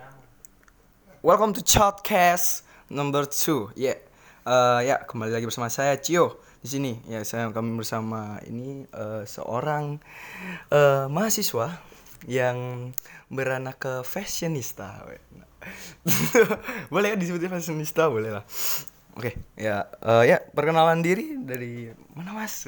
Welcome to Podcast number 2. Ya, kembali lagi bersama saya Cio di sini. Ya, kami bersama ini seorang mahasiswa yang beranak ke fashionista. Boleh ya disebutin fashionista, boleh lah. Oke, ya perkenalan diri dari mana Mas?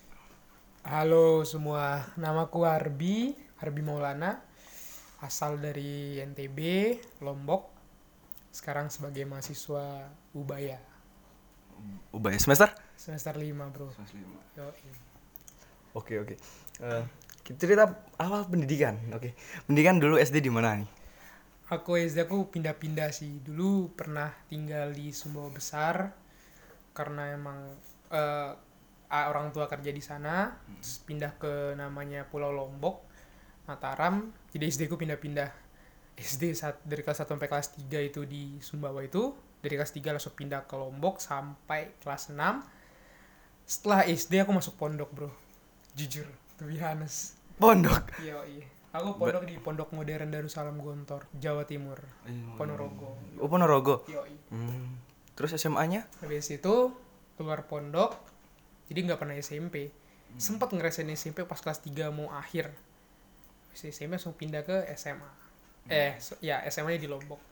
Halo semua, namaku Arbi Maulana, asal dari NTB, Lombok. Sekarang sebagai mahasiswa Ubaya, Ubay semester? semester 5 bro. Semester 5. Yoi. Oke. Cerita awal pendidikan. Oke. Pendidikan dulu SD di mana nih? Aku SD aku pindah-pindah sih. Dulu pernah tinggal di Sumbawa Besar, karena emang eh, orang tua kerja di sana. Terus pindah ke namanya Pulau Lombok, Mataram. Jadi SD ku pindah-pindah. Dari kelas 1 sampai kelas 3 itu di Sumbawa itu. Dari kelas 3 langsung pindah ke Lombok sampai kelas 6. Setelah SD aku masuk pondok bro. Jujur, to be honest. Pondok. Iya. Aku pondok di Pondok Modern Darussalam Gontor, Jawa Timur. Ponorogo. Oh, Ponorogo. Yoi. Terus SMA-nya? Habis itu keluar pondok, jadi nggak pernah SMP. Sempat ngerasain SMP pas kelas 3 mau akhir. Habis SMP langsung pindah ke SMA. SMA-nya di Lombok.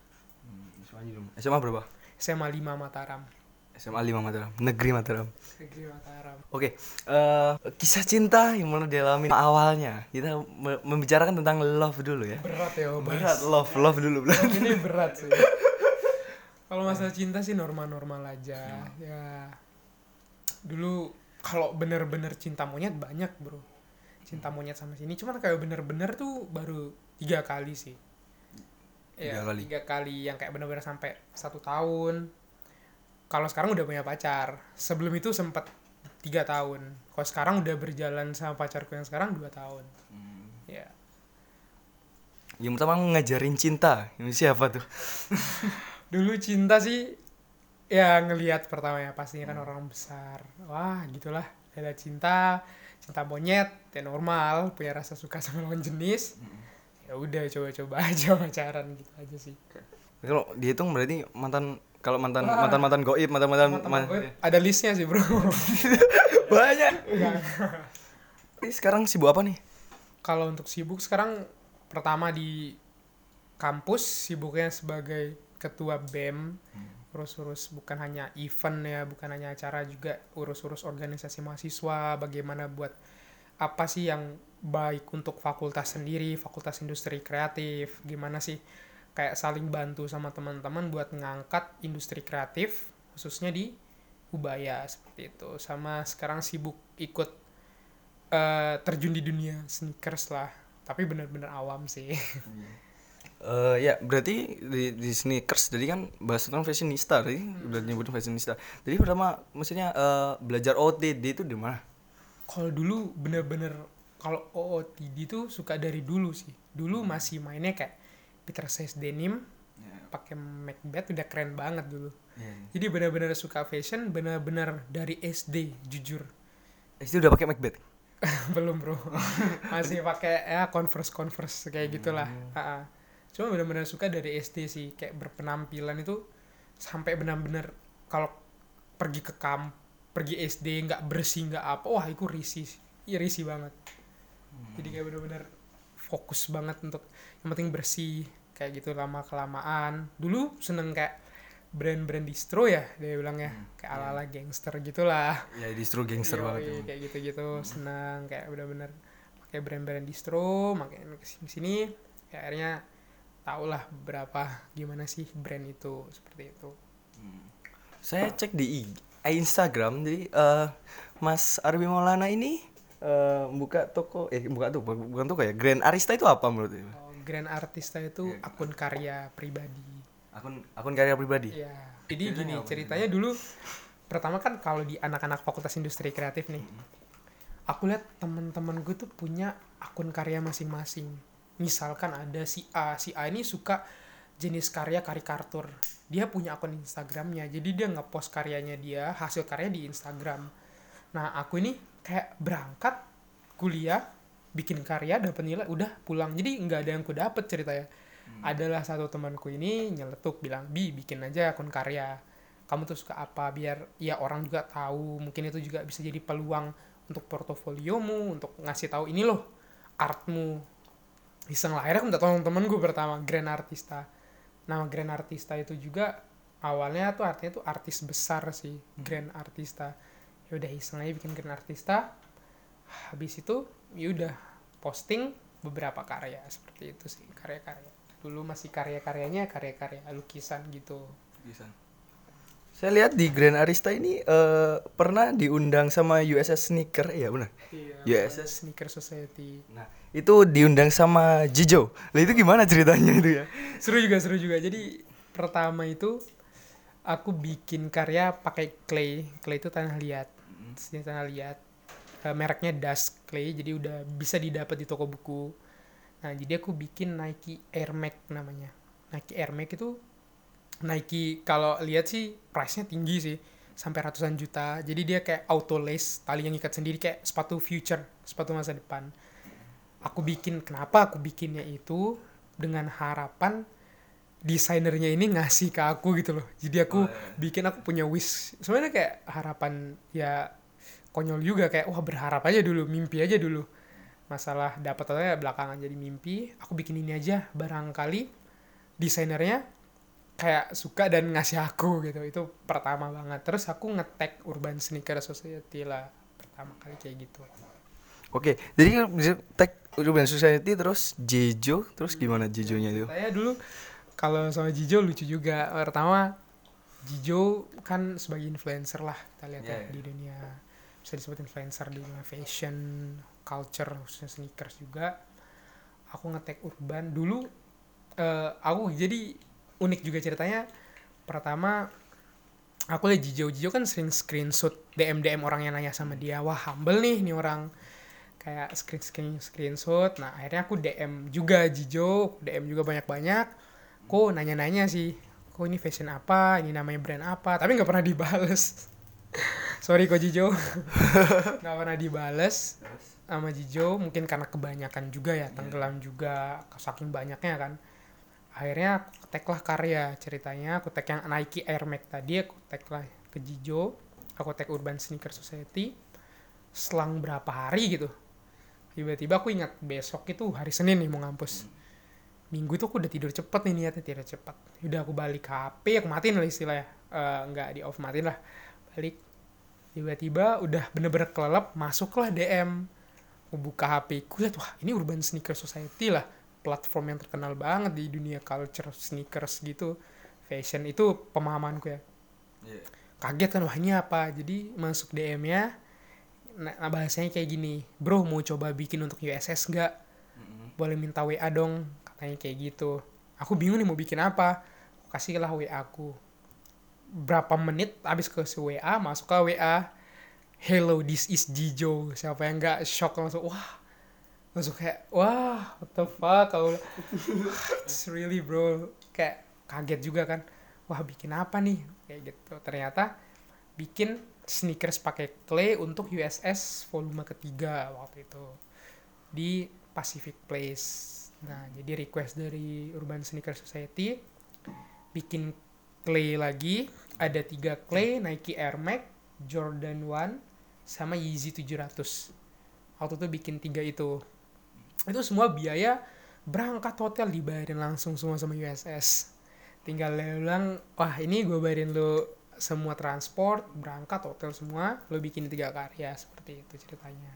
SMA berapa? SMA 5 Mataram. SMA 5 Mataram. Negeri Mataram. Negeri Mataram. Oke. Kisah cinta yang mana dialami awalnya. Kita membicarakan tentang love dulu ya. Berat ya, Berat, love dulu. Ini berat sih. Kalau masalah cinta sih normal-normal aja. Ya. Dulu kalau bener-bener cinta monyet banyak, bro. Cinta monyet sama sini. Cuman kayak bener-bener tuh baru 3 kali sih. Ya, 3 kali yang kayak bener-bener sampai 1 tahun. Kalau sekarang udah punya pacar. Sebelum itu sempat 3 tahun. Kalau sekarang udah berjalan sama pacarku yang sekarang 2 tahun. Ya. Yang pertama ngajarin cinta. Ini siapa tuh? Dulu cinta sih ya ngelihat pertama ya pastinya kan orang besar. Wah, gitulah. Ada cinta monyet, ya normal, punya rasa suka sama lawan jenis. Ya udah coba-coba aja pacaran gitu aja sih. Kalau dihitung berarti mantan mantan goib, Ada listnya sih, bro. banyak. Ini sekarang sibuk apa nih? Kalau untuk sibuk sekarang pertama di kampus sibuknya sebagai ketua BEM, urus-urus bukan hanya event ya, bukan hanya acara, juga urus-urus organisasi mahasiswa, bagaimana buat apa sih yang baik untuk fakultas sendiri, fakultas industri kreatif, gimana sih kayak saling bantu sama teman-teman buat ngangkat industri kreatif khususnya di Ubaya seperti itu. Sama sekarang sibuk ikut terjun di dunia sneakers lah, tapi benar-benar awam sih. Ya berarti di sneakers jadi kan bahas tentang fashionista tadi udah nyebutin fashionista. Jadi pertama maksudnya belajar OOTD itu di mana? Kalau dulu bener-bener kalau OOTD tuh suka dari dulu sih. Dulu masih mainnya kayak Peter Says Denim, pakai Macbeth, udah keren banget dulu. Jadi bener-bener suka fashion, bener-bener dari SD, jujur. SD udah pakai Macbeth? Belum bro, masih pakai ya Converse kayak gitulah. Cuma bener-bener suka dari SD sih, kayak berpenampilan itu sampai bener-bener kalau pergi ke pergi SD nggak bersih nggak apa, wah itu risih banget. Jadi kayak bener-bener fokus banget untuk yang penting bersih kayak gitu. Lama kelamaan dulu seneng kayak brand-brand distro ya dia bilang ya, kayak ala-ala gangster gitulah. Ya distro gangster banget ya. Kayak gitu-gitu seneng kayak bener-bener pakai brand-brand distro, makin kesini ya akhirnya tau lah berapa gimana sih brand itu seperti itu. Saya cek di Instagram, jadi Mas Arbi Maulana ini bukan toko ya, Grand Arista itu apa menurut itu? Grand Artista itu akun karya pribadi. Akun karya pribadi. Iya. Jadi gini ceritanya dulu pertama kan kalau di anak-anak fakultas industri kreatif nih, aku lihat teman-teman gue tuh punya akun karya masing-masing. Misalkan ada si A ini suka jenis karya karikatur, dia punya akun Instagramnya, jadi dia ngepost karyanya dia, hasil karya di Instagram. Nah aku ini kayak berangkat kuliah, bikin karya, dapet nilai, udah pulang, jadi nggak ada yang ku dapet ceritanya. Adalah satu temanku ini nyeletuk bilang, "Bi, bikin aja akun karya. Kamu tuh suka apa biar ya orang juga tahu. Mungkin itu juga bisa jadi peluang untuk portofoliomu, untuk ngasih tahu ini loh artmu." Iseng lah, akhirnya aku minta tolong temen gue pertama, Grand Artista. Nama Grand Artista itu juga awalnya tuh artinya tuh artis besar sih, Grand Artista. Ya udah iseng aja bikin Grand Artista. Habis itu ya udah posting beberapa karya seperti itu sih, karya-karya. Dulu masih karya-karyanya karya-karya lukisan gitu. Bisa. Saya lihat di Grand Arista ini pernah diundang sama USS Sneaker, ya benar. Iya, USS. Sneaker Society. Nah, itu diundang sama Jijo. Lah itu gimana ceritanya itu ya? Seru juga. Jadi pertama itu aku bikin karya pakai clay. Clay itu tanah liat. Jenis tanah liat. Mereknya Dust Clay, jadi udah bisa didapat di toko buku. Nah, jadi aku bikin Nike Air Max namanya. Nike Air Max itu Nike kalau lihat sih price-nya tinggi sih, sampai ratusan juta. Jadi dia kayak auto lace, tali yang ikat sendiri kayak sepatu future, sepatu masa depan. Kenapa aku bikinnya itu dengan harapan desainernya ini ngasih ke aku gitu loh. Jadi aku bikin, aku punya wish. Sebenarnya kayak harapan ya konyol juga, kayak wah berharap aja dulu, mimpi aja dulu. Masalah dapat atau ya belakangan jadi mimpi. Aku bikin ini aja, barangkali desainernya kayak suka dan ngasih aku gitu. Itu pertama banget. Terus aku nge-tag Urban Sneaker Society lah pertama kali kayak gitu. Oke, jadi tag Urban Society terus Jejo, terus gimana Jejonya itu? Saya dulu kalau sama Jijo lucu juga. Pertama Jijo kan sebagai influencer lah kita lihat ya di dunia, bisa disebut influencer di dunia fashion, culture, khususnya sneakers juga. Aku nge-tag Urban dulu. Aku jadi unik juga ceritanya. Pertama aku lihat Jijo kan sering screenshot DM orang yang nanya sama dia, wah humble nih orang, kayak screenshot. Nah akhirnya aku DM juga Jijo, DM juga banyak kok nanya-nanya sih, kok ini fashion apa, ini namanya brand apa, tapi nggak pernah dibales. Sorry kok Jijo. Nggak pernah dibales sama Jijo, mungkin karena kebanyakan juga ya, tenggelam juga saking banyaknya kan. Akhirnya aku tag lah karya ceritanya, aku tag yang Nike Air Max tadi, aku tag lah ke Jijo, aku tag Urban Sneaker Society. Selang berapa hari gitu, tiba-tiba aku ingat besok itu hari Senin nih mau ngampus. Minggu itu aku udah tidur cepet nih, niatnya tidur cepet. Udah aku balik HP, aku matiin lah istilahnya, nggak di off, matiin lah, balik. Tiba-tiba udah bener-bener kelelep, masuklah DM. Aku buka HP, aku lihat wah ini Urban Sneaker Society lah, platform yang terkenal banget di dunia culture sneakers gitu, fashion, itu pemahamanku ya. Kaget kan, wah ini apa. Jadi masuk DM-nya, nah bahasanya kayak gini, bro mau coba bikin untuk USS nggak, boleh minta WA dong, katanya kayak gitu. Aku bingung nih mau bikin apa, aku kasih lah WA aku. Berapa menit abis ke WA, masuk ke WA, hello this is Jijo. Siapa yang nggak shock langsung, langsung kayak wah what the fuck. It's really bro, kayak kaget juga kan, wah bikin apa nih kayak gitu. Ternyata bikin sneakers pakai clay untuk USS volume ketiga waktu itu di Pacific Place. Nah jadi request dari Urban Sneaker Society bikin clay lagi, ada 3 clay, Nike Air Max, Jordan 1 sama Yeezy 700. Waktu itu bikin 3 itu semua biaya berangkat hotel dibayarin langsung semua sama USS. Tinggal dia bilang, wah ini gue bayarin lo semua transport, berangkat, hotel semua, lo bikin 3 karya. Seperti itu ceritanya.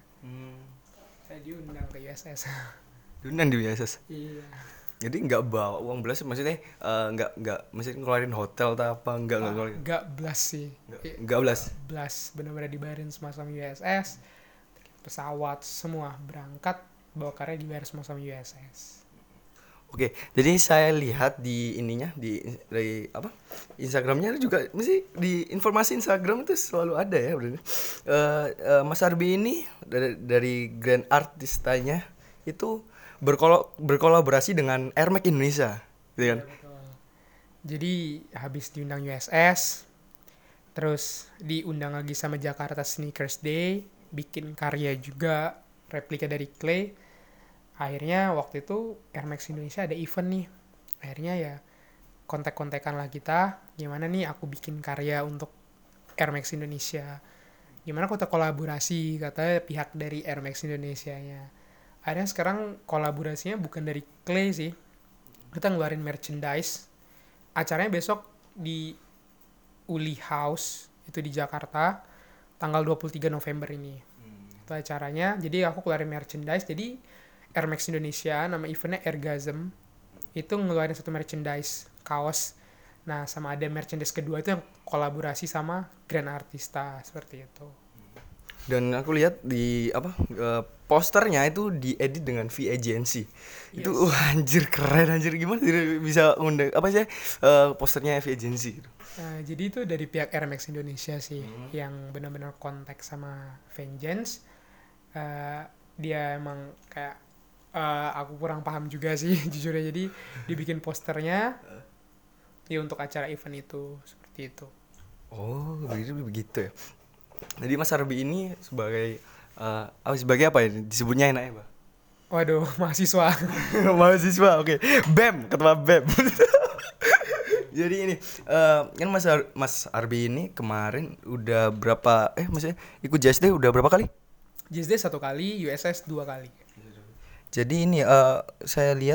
Saya diundang ke USS. Diundang di USS? Iya. Jadi nggak bawa uang belas, maksudnya nggak mesti ngeluarin hotel atau apa, ngeluarin? Nggak belas sih. Nggak belas? Belas, benar-benar dibayarin semua sama USS. Pesawat semua berangkat, bawa karya dibayar semua sama USS. Oke, jadi saya lihat di ininya dari apa Instagramnya juga, mesti di informasi Instagram itu selalu ada ya, Mas Arbi ini dari Grand Artistanya itu berkolaborasi dengan Air Max Indonesia, gitu kan? Betul. Jadi habis diundang USS, terus diundang lagi sama Jakarta Sneakers Day, bikin karya juga replika dari clay. Akhirnya waktu itu Air Max Indonesia ada event nih, akhirnya ya kontak-kontakan lah kita, gimana nih aku bikin karya untuk Air Max Indonesia, gimana kita kolaborasi, katanya pihak dari Air Max Indonesia-nya. Akhirnya sekarang kolaborasinya bukan dari Clay sih, kita ngeluarin merchandise. Acaranya besok di Uli House, itu di Jakarta, tanggal 23 November ini. Itu acaranya, jadi aku keluarin merchandise, jadi Air Max Indonesia, nama eventnya Airgasm, itu ngeluarin satu merchandise, kaos. Nah, sama ada merchandise kedua itu yang kolaborasi sama Grand Artista, seperti itu. Dan aku lihat di posternya itu diedit dengan V Agency. Itu anjir keren anjir, gimana bisa ngundang posternya V Agency gitu. Jadi itu dari pihak Air Max Indonesia sih yang benar-benar kontak sama Vengeance. Dia emang kayak aku kurang paham juga sih jujur ya, jadi dibikin posternya ya untuk acara event itu, seperti itu. Oh, begitu ya. Jadi Mas Arbi ini sebagai apa ya disebutnya enaknya, Pak? Waduh, mahasiswa. Mahasiswa, oke. BEM, ketua BEM. Jadi ini kan Mas Arbi ini kemarin udah berapa maksudnya ikut JSD udah berapa kali? JSD 1 kali, USS 2 kali. Jadi ini saya lihat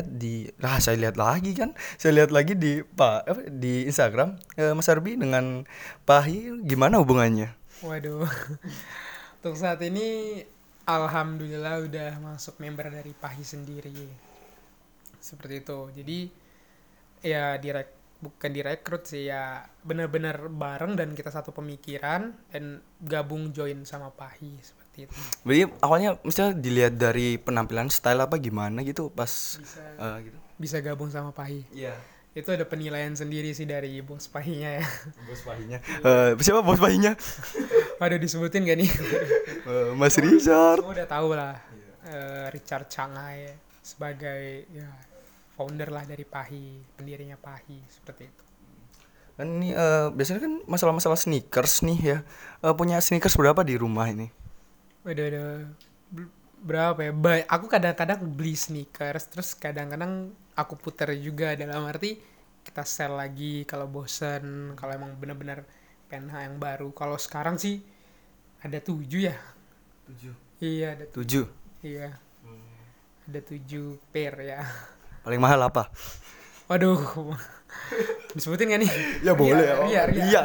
lagi di Instagram Mas Arbi dengan Pahi gimana hubungannya? Waduh. Untuk saat ini alhamdulillah udah masuk member dari Pahi sendiri. Seperti itu. Jadi ya bukan direkrut sih, ya benar-benar bareng dan kita satu pemikiran dan gabung join sama Pahi, seperti itu. Jadi awalnya misalnya dilihat dari penampilan style apa gimana gitu pas gitu. Bisa gabung sama Pahi. Iya. Itu ada penilaian sendiri sih dari bos Pahinya ya. Bos Pahinya. Siapa bos Pahinya? Waduh, disebutin gak nih? Mas Richard. Semua udah tahu lah. Richard Changai sebagai ya founder lah dari Pahi, pendirinya Pahi, seperti itu. Kan ini biasanya kan masalah-masalah sneakers nih ya. Punya sneakers berapa di rumah ini? Udah berapa ya? Aku kadang-kadang beli sneakers, terus kadang-kadang aku puter juga, dalam arti kita sell lagi kalau bosen, kalau emang benar-benar pengen yang baru. Kalau sekarang sih ada 7 ya. 7. Iya, ada 7. Iya. Ada 7 pair ya. Paling mahal apa? Waduh. Disebutin gak nih? Ya boleh. Iya.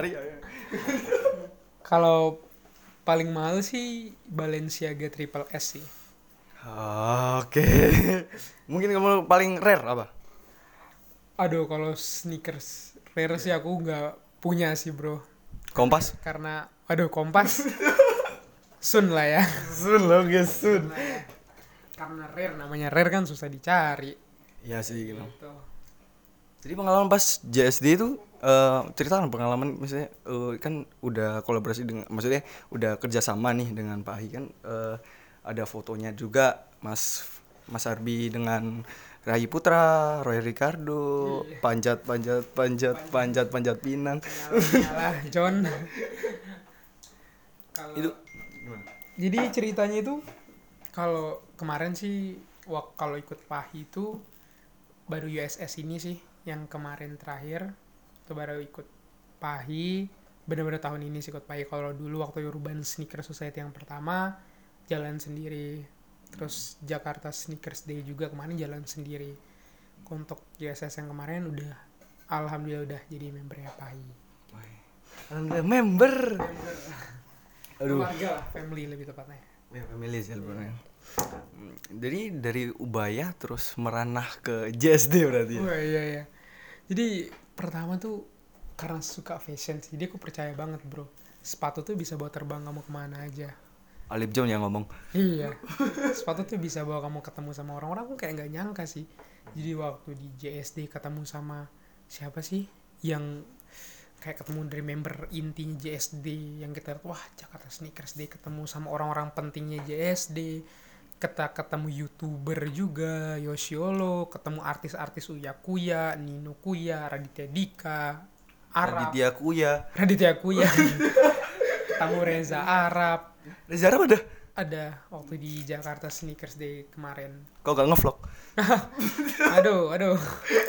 Kalau paling mahal sih Balenciaga Triple S sih. Oke. Mungkin kamu paling rare apa? Aduh, kalau sneakers rare sih aku nggak punya sih, bro. Kompas? Karena Kompas Sun lah ya. Sun loh guys, Sun. Karena rare, namanya rare kan susah dicari. Iya sih gitu. Gitu. Jadi pengalaman pas JSD itu ceritakan pengalaman misalnya kan udah kolaborasi dengan, maksudnya udah kerjasama nih dengan Pak Ahi kan, ada fotonya juga Mas Arbi dengan Rai Putra, Roy Ricardo, panjat pinang. Malah John. Itu gimana? Jadi ceritanya itu kalau kemarin sih kalau ikut Pahi itu baru USS ini sih yang kemarin terakhir, itu baru ikut Pahi, bener-bener tahun ini sih ikut Pahi. Kalau dulu waktu Urban Sneaker Society yang pertama jalan sendiri, terus Jakarta Sneakers Day juga kemarin jalan sendiri. Untuk USS yang kemarin udah alhamdulillah udah jadi membernya Pahi. Alhamdulillah member. Aduh. Keluarga lah, family lebih tepatnya. Ya family sih sebenarnya. Jadi dari Ubaya terus meranah ke JSD berarti ya? Oh iya. Jadi pertama tuh karena suka fashion sih, jadi aku percaya banget bro, sepatu tuh bisa bawa terbang kamu kemana aja. Alip John yang ngomong. Iya, sepatu tuh bisa bawa kamu ketemu sama orang-orang, aku kayak gak nyangka sih. Jadi waktu di JSD ketemu sama siapa sih yang kayak ketemu dari member intinya JSD, yang kita wah Jakarta Sneakers Day, ketemu sama orang-orang pentingnya JSD, kita ketemu YouTuber juga, Yoshiolo, ketemu artis-artis Uya Kuya, Nino Kuya, Raditya Dika, Arab. Raditya Kuya. Ketemu Reza Arab. Reza Arab ada waktu di Jakarta Sneakers Day kemarin. Kok gak ngevlog? Aduh.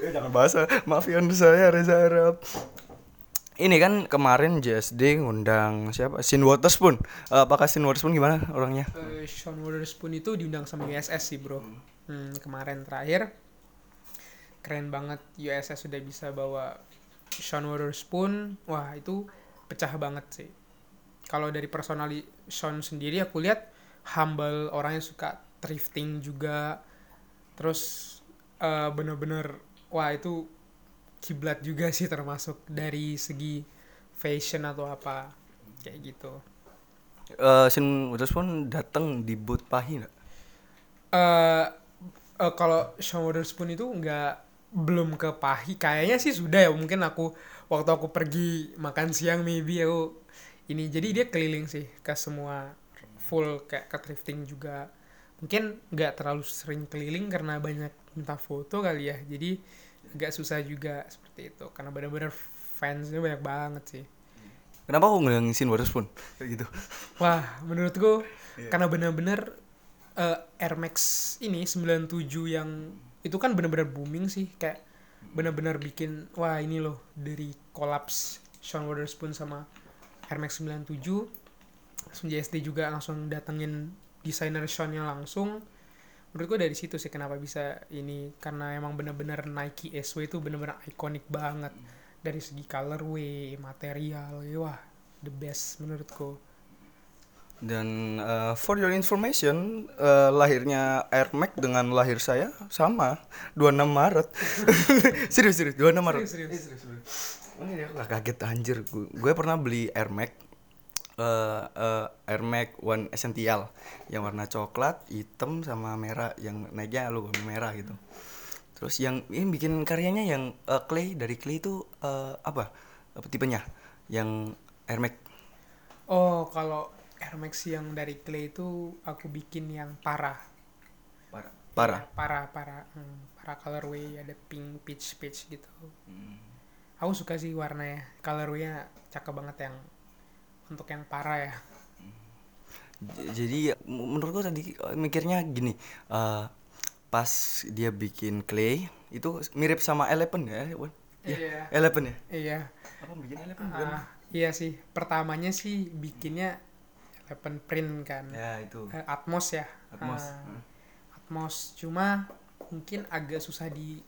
Jangan bahas mafian saya Reza Arab. Ini kan kemarin JSD ngundang siapa? Sin Waterspoon. Apakah Sin Waterspoon gimana orangnya? Sean Witherspoon itu diundang sama USS sih bro. Kemarin terakhir keren banget, USS sudah bisa bawa Sean Witherspoon. Wah itu pecah banget sih. Kalau dari personali Sean sendiri aku lihat humble, orangnya suka thrifting juga. Terus bener-bener wah itu kiblat juga sih, termasuk dari segi fashion atau apa kayak gitu. Sin Waterspoon datang di booth Pahi nggak? eh Kalau Sean Witherspoon itu belum ke Pahi, kayaknya sih sudah ya. Mungkin waktu aku pergi makan siang maybe aku ini, jadi dia keliling sih ke semua, full kayak ke thrifting juga. Mungkin nggak terlalu sering keliling karena banyak minta foto kali ya, jadi agak susah juga seperti itu karena benar-benar fansnya banyak banget sih. Kenapa aku ngundang Sin Waterspoon kayak gitu? Wah menurutku karena benar-benar Air Max ini 97 yang itu kan benar-benar booming sih, kayak benar-benar bikin wah ini loh, dari kolaps Sean Witherspoon sama Air Max 97, langsung JSD juga langsung datengin desainer Sean-nya langsung. Menurutku dari situ sih kenapa bisa ini, karena emang benar-benar Nike SW itu benar-benar ikonik banget dari segi colorway, material, wah the best menurutku. Dan for your information, lahirnya Air Max dengan lahir saya sama, 26 Maret. serius 26 Maret. Serius. Oh iya, aku kaget anjir. Gue pernah beli Air Max, Air Max One Essential yang warna coklat, hitam sama merah, yang naiknya logo merah gitu. Terus yang ini bikin karyanya yang Clay, dari Clay itu apa tipenya? Yang Air Max. Oh kalau Air Max yang dari Clay itu aku bikin yang parah. Parah. Parah colorway, ada pink, peach gitu. Aku suka sih warnanya, colorway-nya cakep banget yang untuk yang parah ya. Jadi menurutku tadi mikirnya gini, pas dia bikin Clay itu mirip sama Eleven ya, Wan? Iya. Eleven ya. Iya. Apa bikin Eleven bukan? Iya sih, pertamanya sih bikinnya Eleven Print kan. Ya itu. Atmos ya. Atmos. Atmos cuma mungkin agak susah di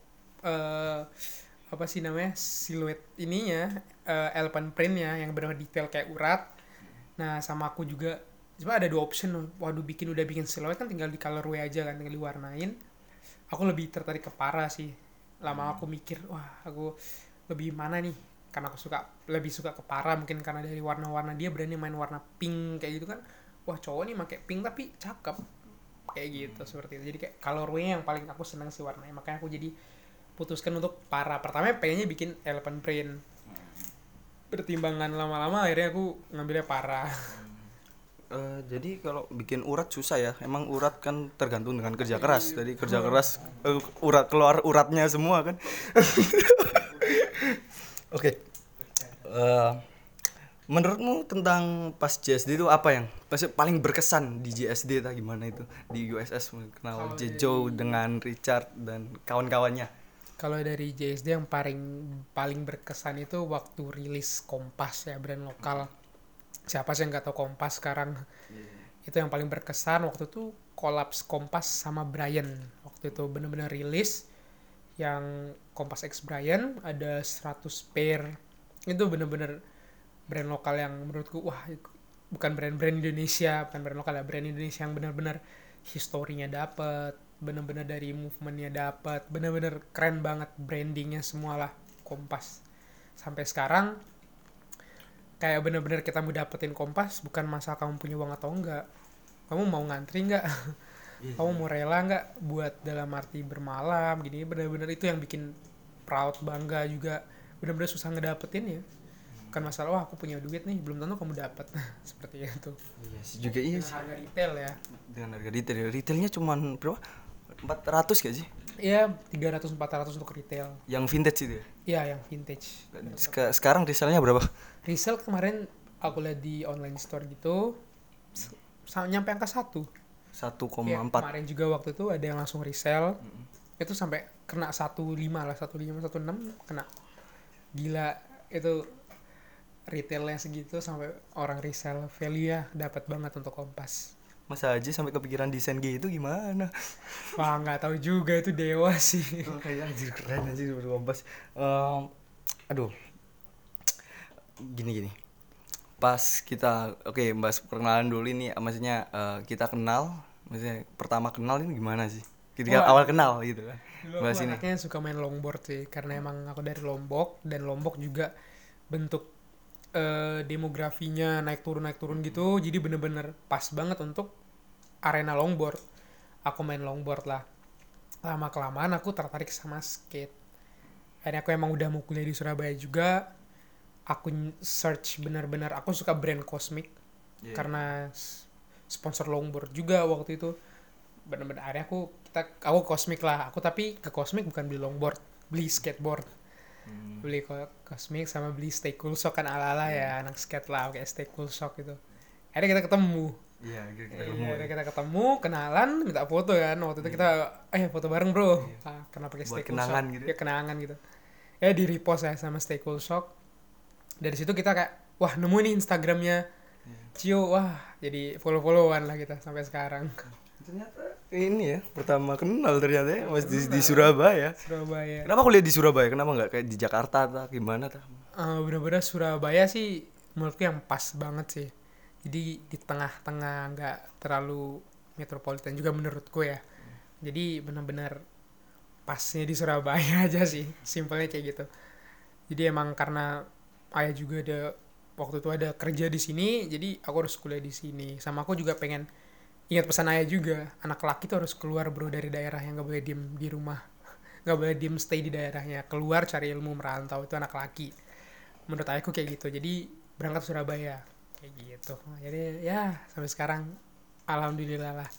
apa sih namanya, siluet ininya, Eleven Printnya yang benar detail kayak urat. Nah sama aku juga cuma ada dua option. Waduh, udah bikin siluet kan tinggal di colorway aja kan, tinggal diwarnain. Aku lebih tertarik ke parah sih. Lama aku mikir, wah aku lebih mana nih, karena aku lebih suka ke parah, mungkin karena dari warna-warna dia berani main warna pink kayak gitu kan. Wah cowok nih pakai pink tapi cakep kayak gitu, seperti itu. Jadi kayak colorway yang paling aku seneng sih warnanya, makanya aku jadi putuskan untuk parah. Pertama pengennya bikin Elephant Print, pertimbangan lama-lama akhirnya aku ngambilnya parah. Jadi kalau bikin urat susah ya. Emang urat kan tergantung dengan kerja keras. Jadi kerja keras, urat keluar uratnya semua kan. Oke. Menurutmu tentang pas JSD itu apa yang paling berkesan di JSD atau gimana itu di USS, kenal Jejo dengan Richard dan kawan-kawannya? Kalau dari JSD yang paling berkesan itu waktu rilis Kompas ya, brand lokal. Siapa sih yang nggak tahu Kompas sekarang? Itu yang paling berkesan waktu itu, kolaps Kompas sama Brian. Waktu itu bener-bener rilis yang Kompas X Brian ada 100 pair. Itu bener-bener brand lokal yang menurutku wah, bukan brand Indonesia, bukan brand lokal ya, brand Indonesia yang bener-bener historinya dapet, bener-bener dari movementnya dapet, bener-bener keren banget brandingnya semua lah Kompas. Sampai sekarang kayak bener-bener kita mau dapetin Kompas bukan masalah kamu punya uang atau enggak, kamu mau ngantri enggak, kamu mau rela enggak buat dalam arti bermalam gini, bener-bener itu yang bikin proud, bangga juga. Bener-bener susah ngedapetin ya, bukan masalah wah aku punya duit nih, belum tentu kamu dapat. Seperti itu. Iya sih juga, iya sih. Harga retail ya. Dengan harga retailnya cuman berapa? 400 gak sih? Iya, 300-400 untuk retail. Yang vintage itu ya? Iya, yang vintage. Sekarang resellnya berapa? Resell kemarin aku lihat di online store gitu, nyampe angka 1. 1,4. Ya, kemarin juga waktu itu ada yang langsung resell. Itu sampai kena 15 lah, 15 16 kena. Gila itu retailnya segitu sampai orang resell value ya dapat banget untuk Kompas. Masa aja sampai kepikiran desain gitu gimana? Wah nggak tahu juga, itu dewa sih. Oh, kayak anjir keren anjir Kompas. Aduh, gini. Pas kita bahas perkenalan dulu ini, maksudnya kita kenal, maksudnya pertama kenal ini gimana sih? Ketika awal kenal gitu kan. Dulu Bahas aku ini. anaknya suka main longboard sih, karena emang aku dari Lombok, dan Lombok juga bentuk demografinya naik turun gitu, jadi bener-bener pas banget untuk arena longboard. Aku main longboard lah, lama kelamaan aku tertarik sama skate. Akhirnya aku emang udah mau kuliah di Surabaya juga, aku search bener-bener, aku suka brand Cosmic. Karena sponsor longboard juga waktu itu. Bener-bener akhirnya aku Cosmic lah, aku tapi ke Cosmic bukan beli longboard, beli skateboard. Beli Cosmic sama beli Stay Cool Shock, kan ala-ala ya anak skate lah, kayak Stay Cool Shock gitu. Akhirnya kita ketemu. Akhirnya kita ketemu, kenalan, minta foto kan. Waktu itu kita foto bareng bro. Karena pakai Stay Cool Shock gitu. Ya kenangan gitu. Ya di repost ya sama Stay Cool Shock. Dari situ kita kayak wah nemu nih Instagramnya Cio, wah jadi follow-followan lah kita sampai sekarang. Ternyata ini ya pertama kenal ternyata ya Mas di Surabaya. Kenapa kuliah di Surabaya? Kenapa nggak kayak di Jakarta atau gimana tuh? Bener-bener Surabaya sih menurutku yang pas banget sih. Jadi di tengah-tengah, nggak terlalu metropolitan juga menurutku ya. Jadi benar-benar pasnya di Surabaya aja sih, simpelnya kayak gitu. Jadi emang karena ayah juga waktu itu ada kerja di sini, jadi aku harus kuliah di sini. Sama aku juga pengen, ingat pesan ayah juga, anak laki tuh harus keluar bro dari daerah, yang nggak boleh diem di rumah, nggak boleh diem stay di daerahnya, keluar cari ilmu, merantau, itu anak laki. Menurut ayahku kayak gitu, jadi berangkat Surabaya kayak gitu. Jadi ya sampai sekarang alhamdulillah lah.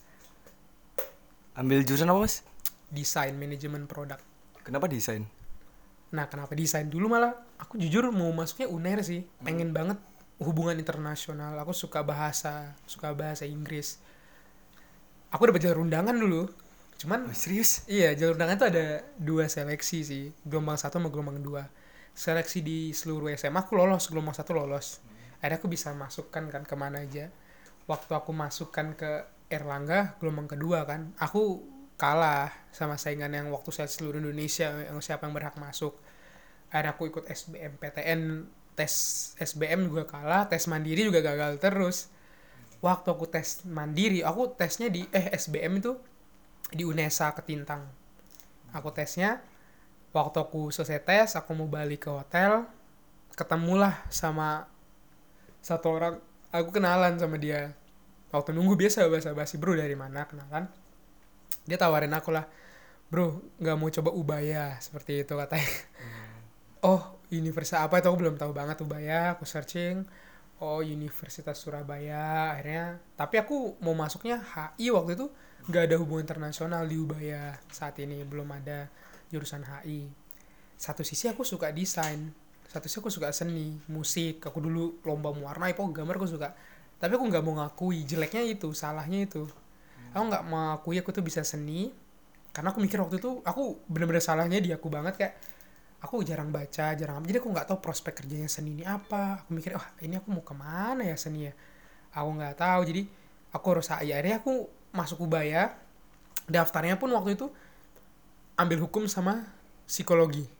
Ambil jurusan apa Mas? Desain manajemen produk. Kenapa desain? Nah kenapa desain dulu, malah aku jujur mau masuknya UNER sih, pengen banget hubungan internasional. Aku suka bahasa Inggris. Aku dapat jalur undangan dulu, cuman serius? Iya, jalur undangan tuh ada 2 seleksi sih, gelombang 1 sama gelombang 2. Seleksi di seluruh SMA aku lolos, gelombang 1 lolos. Akhirnya aku bisa masukkan kan kemana aja. Waktu aku masukkan ke Erlangga gelombang kedua kan, aku kalah sama saingan yang waktu saya seluruh Indonesia, yang siapa yang berhak masuk. Akhirnya aku ikut SBMPTN, tes SBM juga kalah, tes mandiri juga gagal terus. Waktu aku tes mandiri, aku tesnya di SBM itu di Unesa Ketintang. Aku tesnya, waktu aku selesai tes, aku mau balik ke hotel, ketemulah sama satu orang, aku kenalan sama dia. Waktu nunggu biasa basa-basi, bro dari mana, kenalan. Dia tawarin aku lah, bro nggak mau coba Ubaya, seperti itu katanya. Oh universitas apa itu, aku belum tahu banget Ubaya. Aku searching, oh Universitas Surabaya. Akhirnya tapi aku mau masuknya HI, waktu itu nggak ada hubungan internasional di Ubaya saat ini, belum ada jurusan HI. Satu sisi aku suka desain, satu sisi aku suka seni musik. Aku dulu lomba mewarnai, pokoknya gambar aku suka, tapi aku nggak mau ngakui, jeleknya itu, salahnya itu aku nggak mau ngakui aku tuh bisa seni. Karena aku mikir waktu itu aku bener-bener salahnya di aku banget, kayak aku jarang baca, jadi aku nggak tahu prospek kerjanya seni ini apa. Aku mikir ini aku mau kemana ya seni ya, aku nggak tahu. Jadi aku harus HI. Akhirnya aku masuk Ubaya, daftarnya pun waktu itu ambil hukum sama psikologi.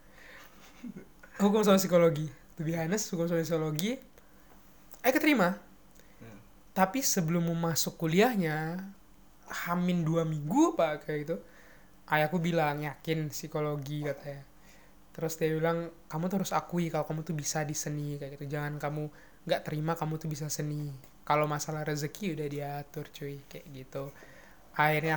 Hukum sama psikologi, to be honest, hukum sama psikologi keterima. Tapi sebelum mau masuk kuliahnya, hamin 2 minggu apa kayak gitu, ayahku bilang yakin psikologi katanya. Terus dia bilang kamu tuh harus akui kalau kamu tuh bisa di seni kayak gitu, jangan kamu nggak terima kamu tuh bisa seni, kalau masalah rezeki udah diatur cuy, kayak gitu. Akhirnya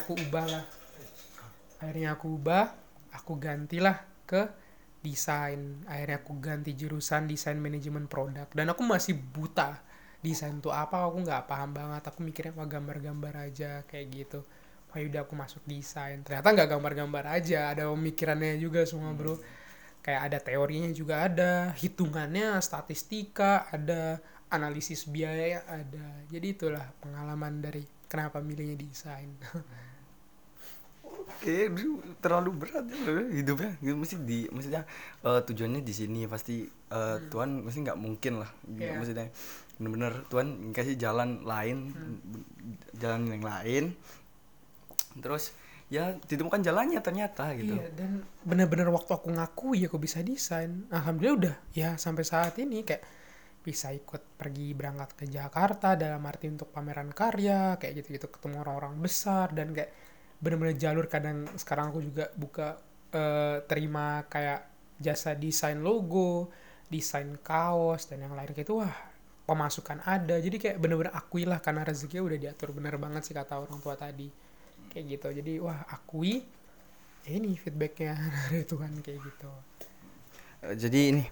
aku ubah, aku gantilah ke desain. Akhirnya aku ganti jurusan desain manajemen produk, dan aku masih buta desain tuh apa, aku nggak paham banget. Aku mikirnya gambar-gambar aja kayak gitu. Udah aku masuk desain, ternyata nggak gambar-gambar aja, ada pemikirannya juga semua bro. Kayak ada teorinya juga, ada hitungannya, statistika, ada analisis biaya ada. Jadi itulah pengalaman dari kenapa milihnya desain. kayak terlalu berat ya hidupnya gitu, maksudnya tujuannya di sini pasti Tuhan mesti nggak mungkin lah. Iya. Maksudnya bener-bener Tuhan kasih jalan lain, jalan yang lain, terus ya ditemukan jalannya ternyata gitu. Iya, dan bener-bener waktu aku ngaku ya aku bisa desain, alhamdulillah udah ya sampai saat ini kayak bisa ikut pergi berangkat ke Jakarta dalam arti untuk pameran karya kayak gitu-gitu, ketemu orang-orang besar, dan kayak bener-bener jalur. Kadang sekarang aku juga buka terima kayak jasa desain logo, desain kaos dan yang lain kayak itu. Wah, pemasukan ada, jadi kayak bener-bener akuilah karena rezekinya udah diatur. Bener banget sih kata orang tua tadi kayak gitu. Jadi wah, akui ini feedbacknya dari Tuhan kayak gitu. Jadi ini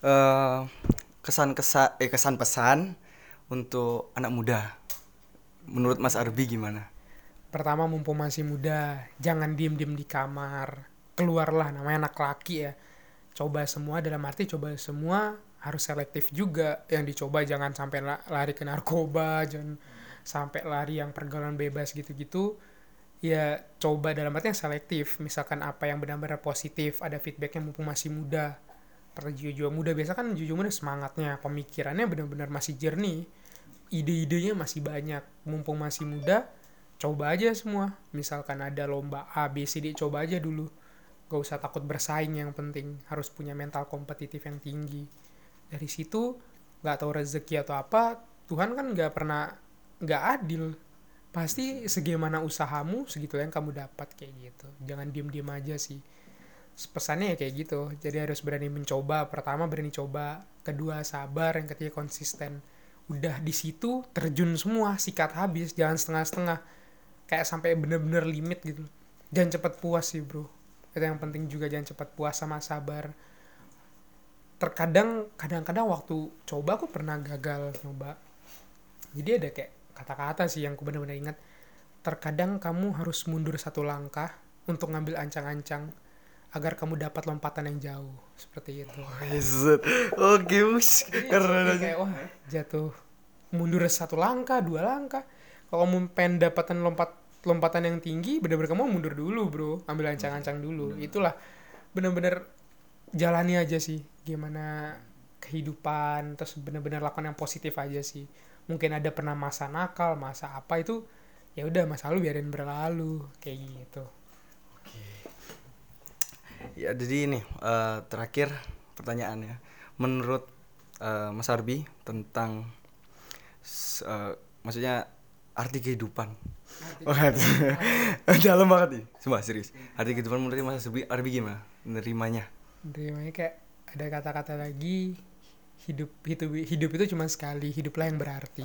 kesan pesan untuk anak muda menurut Mas Arbi gimana? Pertama, mumpung masih muda, jangan diem-diem di kamar, keluarlah, namanya anak laki ya. Coba semua, dalam arti coba semua, harus selektif juga. Yang dicoba jangan sampai lari ke narkoba, jangan sampai lari yang pergaulan bebas gitu-gitu. Ya coba dalam arti yang selektif. Misalkan apa yang benar-benar positif, ada feedbacknya mumpung masih muda. Karena jiwa-jiwa muda biasa kan jiwa muda semangatnya, pemikirannya benar-benar masih jernih, ide-idenya masih banyak. Mumpung masih muda, coba aja semua. Misalkan ada lomba A, B, C, D, coba aja dulu. Gak usah takut bersaing, yang penting harus punya mental kompetitif yang tinggi. Dari situ, gak tahu rezeki atau apa, Tuhan kan gak pernah gak adil. Pasti segimana usahamu, segitulah yang kamu dapat kayak gitu. Jangan diem-diem aja sih. Pesannya ya kayak gitu. Jadi harus berani mencoba. Pertama berani coba, kedua sabar, yang ketiga konsisten. Udah di situ terjun semua, sikat habis, jangan setengah-setengah. Kayak sampai bener-bener limit gitu. Jangan cepat puas sih bro, itu yang penting juga. Jangan cepat puas, sama sabar. Kadang-kadang waktu coba aku pernah gagal nyoba. Jadi ada kayak kata-kata sih yang aku bener-bener ingat. Terkadang kamu harus mundur satu langkah untuk ngambil ancang-ancang agar kamu dapat lompatan yang jauh, seperti itu. Oke, Mus. Keren aja. Kayak wah, jatuh mundur satu langkah, dua langkah. Kalau kamu pengen dapatan lompatan yang tinggi, bener-bener kamu mundur dulu bro, ambil ancang-ancang dulu. Itulah bener-bener jalani aja sih gimana kehidupan, terus bener-bener lakukan yang positif aja sih. Mungkin ada pernah masa nakal, masa apa, itu ya udah, masa lalu biarin berlalu kayak gitu. Ya jadi ini terakhir pertanyaannya, menurut Mas Arbi tentang maksudnya arti kehidupan. Dalam banget nih, sumpah serius. Arti kehidupan menurut Mas Arbi gimana menerimanya? Menerimanya kayak ada kata-kata lagi, hidup itu cuma sekali, hiduplah yang berarti.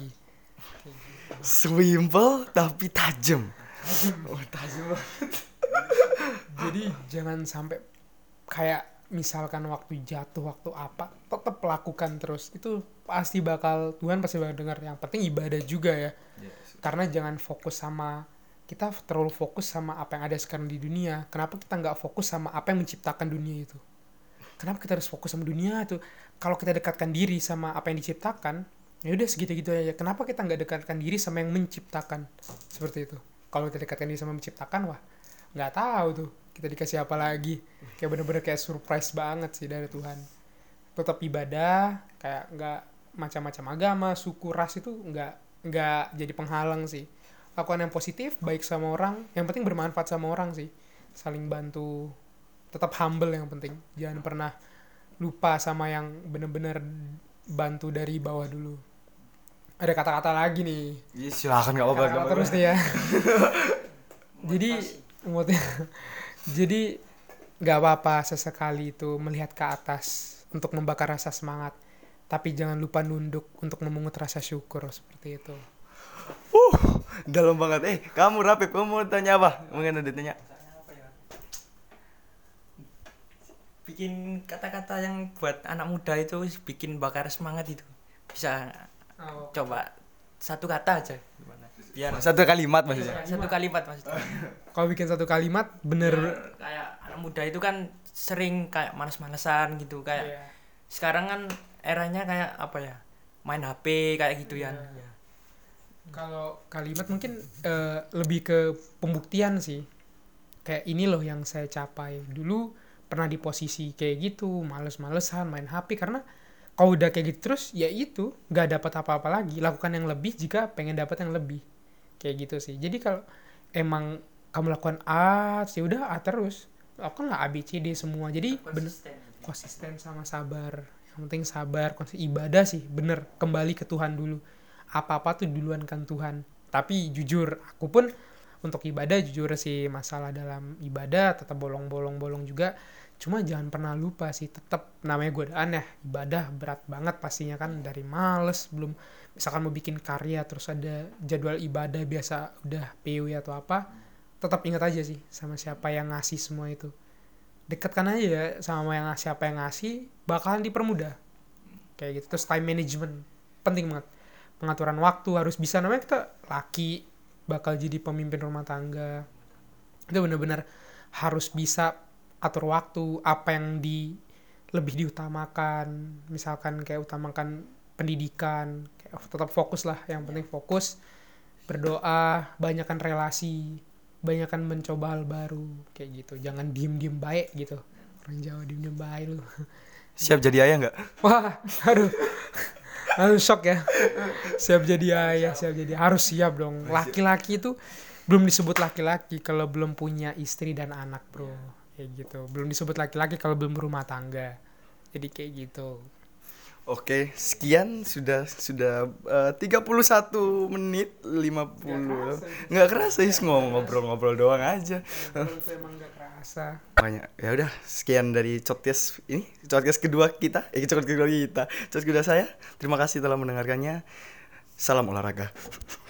Simple tapi tajam. Oh, tajam banget. Jadi jangan sampai kayak misalkan waktu jatuh, waktu apa, tetap lakukan terus. Itu Tuhan pasti bakal dengar. Yang penting ibadah juga ya. Yes. Karena jangan fokus sama, kita terlalu fokus sama apa yang ada sekarang di dunia. Kenapa kita nggak fokus sama apa yang menciptakan dunia itu? Kenapa kita harus fokus sama dunia itu? Kalau kita dekatkan diri sama apa yang diciptakan, ya udah segitu-gitu aja. Kenapa kita nggak dekatkan diri sama yang menciptakan? Seperti itu. Kalau kita dekatkan diri sama menciptakan, wah, nggak tahu tuh kita dikasih apa lagi. Kayak bener-bener kayak surprise banget sih dari Tuhan. Tetap ibadah, kayak nggak macam-macam agama, suku, ras itu nggak jadi penghalang sih. Lakukan yang positif, baik sama orang, yang penting bermanfaat sama orang sih. Saling bantu, tetap humble yang penting. Jangan pernah lupa sama yang bener-bener bantu dari bawah dulu. Ada kata-kata lagi nih. Iya, silakan, nggak apa-apa. Kata-kata terus nih ya. Jadi nggak apa-apa sesekali itu melihat ke atas untuk membakar rasa semangat, tapi jangan lupa nunduk untuk memungut rasa syukur, seperti itu. Dalam banget. Kamu Rapip, kamu mau tanya apa? Mungkin ada tanya. Bikin kata-kata yang buat anak muda itu bikin bakar semangat itu. Bisa coba satu kata aja. Biar satu kalimat maksudnya. Satu kalimat maksudnya. Kalau bikin satu kalimat bener kayak anak muda itu kan sering kayak malas-malesan gitu, kayak sekarang kan eranya kayak apa ya, main HP kayak gitu ya. Kalau kalimat mungkin lebih ke pembuktian sih. kayak ini loh yang saya capai. Dulu pernah di posisi kayak gitu, males-malesan main HP, karena kalau udah kayak gitu terus ya itu nggak dapat apa-apa lagi. Lakukan yang lebih jika pengen dapat yang lebih, kayak gitu sih. Jadi kalau emang kamu lakukan A, ya udah A terus, lakukan lah A B C D semua. Jadi bener konsisten sama sabar. Yang penting sabar, ibadah sih bener, kembali ke Tuhan dulu. Apa-apa tuh duluan kan Tuhan. Tapi jujur aku pun untuk ibadah jujur sih, masalah dalam ibadah tetap bolong juga. Cuma jangan pernah lupa sih, tetap namanya godaan ya, ibadah berat banget pastinya kan, dari males, belum misalkan mau bikin karya terus ada jadwal ibadah biasa udah PW atau apa, tetap ingat aja sih sama siapa yang ngasih semua itu. Dekatkan aja ya sama yang ngasih, siapa yang ngasih bakalan dipermudah. Kayak gitu. Terus time management penting banget. Pengaturan waktu harus bisa, namanya kita laki bakal jadi pemimpin rumah tangga. Itu benar-benar harus bisa atur waktu, apa yang lebih diutamakan, misalkan kayak utamakan pendidikan, kayak tetap fokus lah, yang penting fokus, berdoa, banyakkan relasi, banyakkan mencoba hal baru, kayak gitu. Jangan diem baik gitu, orang Jawa diem baik lu. Siap jadi ayah nggak? Wah, aduh, langsung shock ya. Siap jadi ayah, harus siap dong. Laki-laki itu belum disebut laki-laki kalau belum punya istri dan anak, bro. Kayak gitu. Belum disebut laki-laki kalau belum berumah tangga. Jadi kayak gitu. Oke, sekian sudah 31 menit 50. Nggak kerasa sih, ngobrol-ngobrol doang aja. Emang nggak kerasa. Banyak. Ya udah, sekian dari podcast ini, podcast kedua kita. Podcast kedua saya. Terima kasih telah mendengarkannya. Salam olahraga.